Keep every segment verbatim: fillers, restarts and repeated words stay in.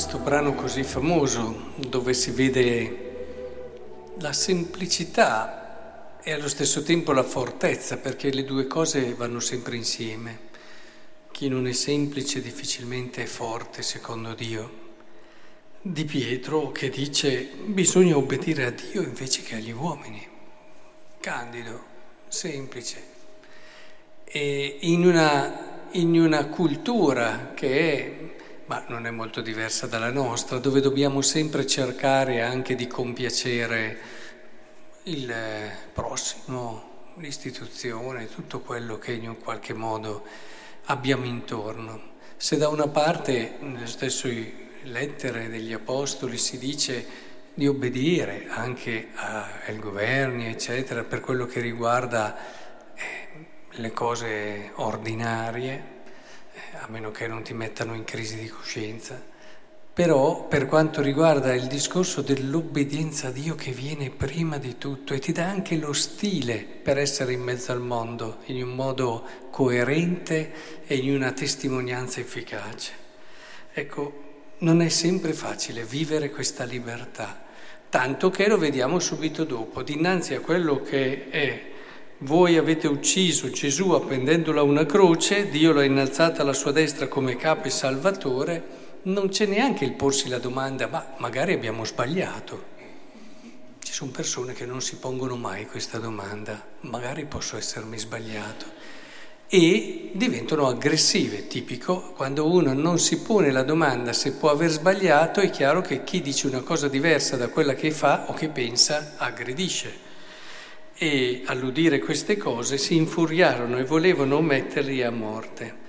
questo brano così famoso, dove si vede la semplicità e allo stesso tempo la fortezza, perché le due cose vanno sempre insieme. Chi non è semplice difficilmente è forte, secondo Dio. Di Pietro che dice bisogna obbedire a Dio invece che agli uomini. Candido, semplice. E in una, in una cultura che è, ma non è molto diversa dalla nostra, dove dobbiamo sempre cercare anche di compiacere il prossimo, l'istituzione, tutto quello che in un qualche modo abbiamo intorno. Se da una parte, nelle stesse lettere degli Apostoli, si dice di obbedire anche ai governi, eccetera, per quello che riguarda eh, le cose ordinarie, a meno che non ti mettano in crisi di coscienza. Però per quanto riguarda il discorso dell'obbedienza a Dio che viene prima di tutto e ti dà anche lo stile per essere in mezzo al mondo in un modo coerente e in una testimonianza efficace. Ecco, non è sempre facile vivere questa libertà, tanto che lo vediamo subito dopo, dinanzi a quello che è: voi avete ucciso Gesù appendendolo a una croce, Dio l'ha innalzata alla sua destra come capo e salvatore. Non c'è neanche il porsi la domanda, ma magari abbiamo sbagliato. Ci sono persone che non si pongono mai questa domanda, magari posso essermi sbagliato, e diventano aggressive. Tipico, quando uno non si pone la domanda se può aver sbagliato, è chiaro che chi dice una cosa diversa da quella che fa o che pensa aggredisce. E all'udire queste cose si infuriarono e volevano metterli a morte.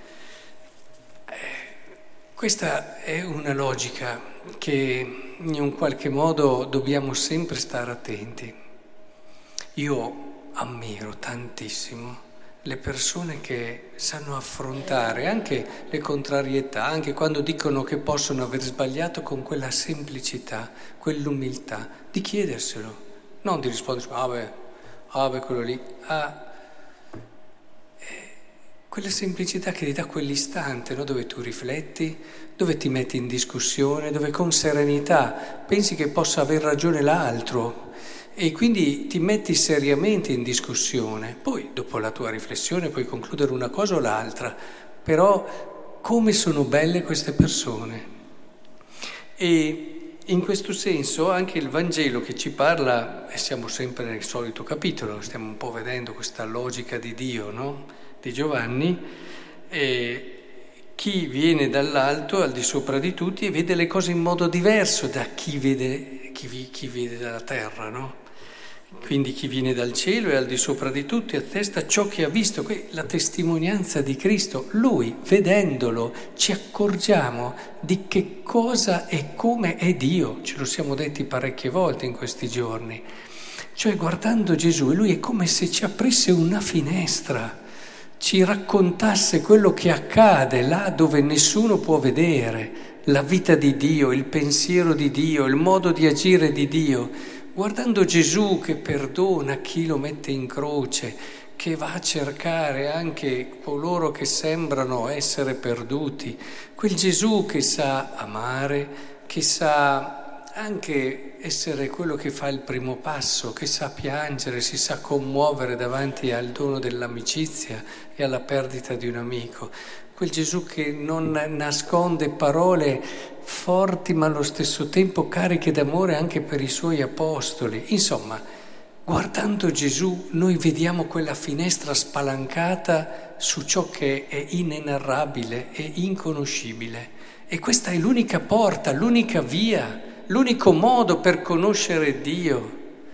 Questa è una logica che in un qualche modo dobbiamo sempre stare attenti. Io ammiro tantissimo le persone che sanno affrontare anche le contrarietà, anche quando dicono che possono aver sbagliato, con quella semplicità, quell'umiltà di chiederselo, non di rispondere ah beh, ah beh quello lì, ah. Quella semplicità che ti dà quell'istante, no? Dove tu rifletti, dove ti metti in discussione, dove con serenità pensi che possa aver ragione l'altro e quindi ti metti seriamente in discussione. Poi, dopo la tua riflessione, puoi concludere una cosa o l'altra, però come sono belle queste persone. E in questo senso anche il Vangelo che ci parla, e siamo sempre nel solito capitolo, stiamo un po' vedendo questa logica di Dio, no? Di Giovanni, eh, chi viene dall'alto al di sopra di tutti e vede le cose in modo diverso da chi vede, chi, vi, chi vede dalla terra, no? Quindi chi viene dal cielo è al di sopra di tutti, attesta ciò che ha visto, la testimonianza di Cristo. Lui, vedendolo, ci accorgiamo di che cosa e come è Dio. Ce lo siamo detti parecchie volte in questi giorni. Cioè, guardando Gesù, lui è come se ci aprisse una finestra, ci raccontasse quello che accade là dove nessuno può vedere, la vita di Dio, il pensiero di Dio, il modo di agire di Dio. Guardando Gesù che perdona chi lo mette in croce, che va a cercare anche coloro che sembrano essere perduti, quel Gesù che sa amare, che sa anche essere quello che fa il primo passo, che sa piangere, si sa commuovere davanti al dono dell'amicizia e alla perdita di un amico. Quel Gesù che non nasconde parole forti ma allo stesso tempo cariche d'amore anche per i suoi apostoli. Insomma, guardando Gesù noi vediamo quella finestra spalancata su ciò che è inenarrabile e inconoscibile. E questa è l'unica porta, l'unica via, l'unico modo per conoscere Dio.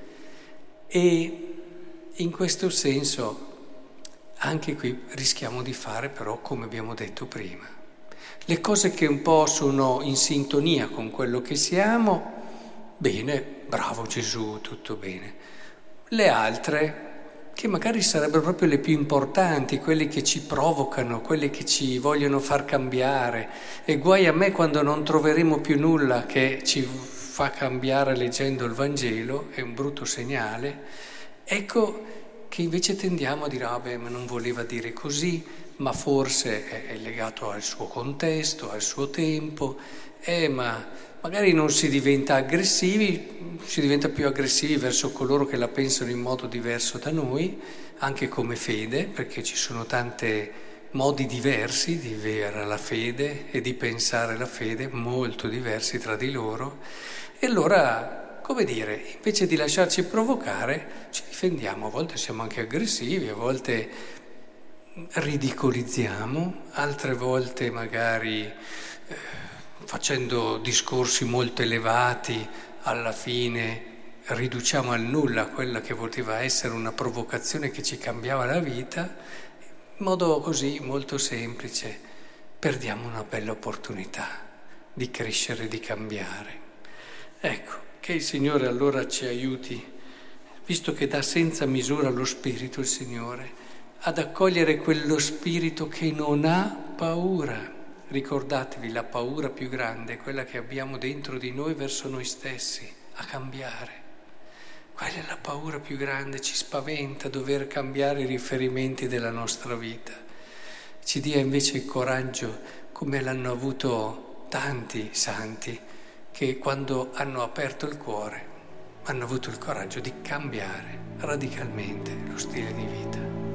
E in questo senso anche qui rischiamo di fare però, come abbiamo detto prima, le cose che un po' sono in sintonia con quello che siamo, bene, bravo Gesù, tutto bene. Le altre, che magari sarebbero proprio le più importanti, quelle che ci provocano, quelle che ci vogliono far cambiare, e guai a me quando non troveremo più nulla che ci fa cambiare leggendo il Vangelo, è un brutto segnale. Ecco che invece tendiamo a dire, ah beh, ma non voleva dire così, ma forse è legato al suo contesto, al suo tempo, eh ma magari non si diventa aggressivi, si diventa più aggressivi verso coloro che la pensano in modo diverso da noi, anche come fede, perché ci sono tanti modi diversi di vedere la fede e di pensare la fede, molto diversi tra di loro, e allora, come dire, invece di lasciarci provocare, ci difendiamo, a volte siamo anche aggressivi, a volte ridicolizziamo, altre volte magari eh, facendo discorsi molto elevati, alla fine riduciamo al nulla quella che poteva essere una provocazione che ci cambiava la vita, in modo così molto semplice perdiamo una bella opportunità di crescere, di cambiare. Ecco, che il Signore allora ci aiuti, visto che dà senza misura lo Spirito il Signore, ad accogliere quello Spirito che non ha paura. Ricordatevi, la paura più grande è quella che abbiamo dentro di noi verso noi stessi, a cambiare. Quella è la paura più grande, ci spaventa dover cambiare i riferimenti della nostra vita. Ci dia invece il coraggio, come l'hanno avuto tanti santi, che quando hanno aperto il cuore hanno avuto il coraggio di cambiare radicalmente lo stile di vita.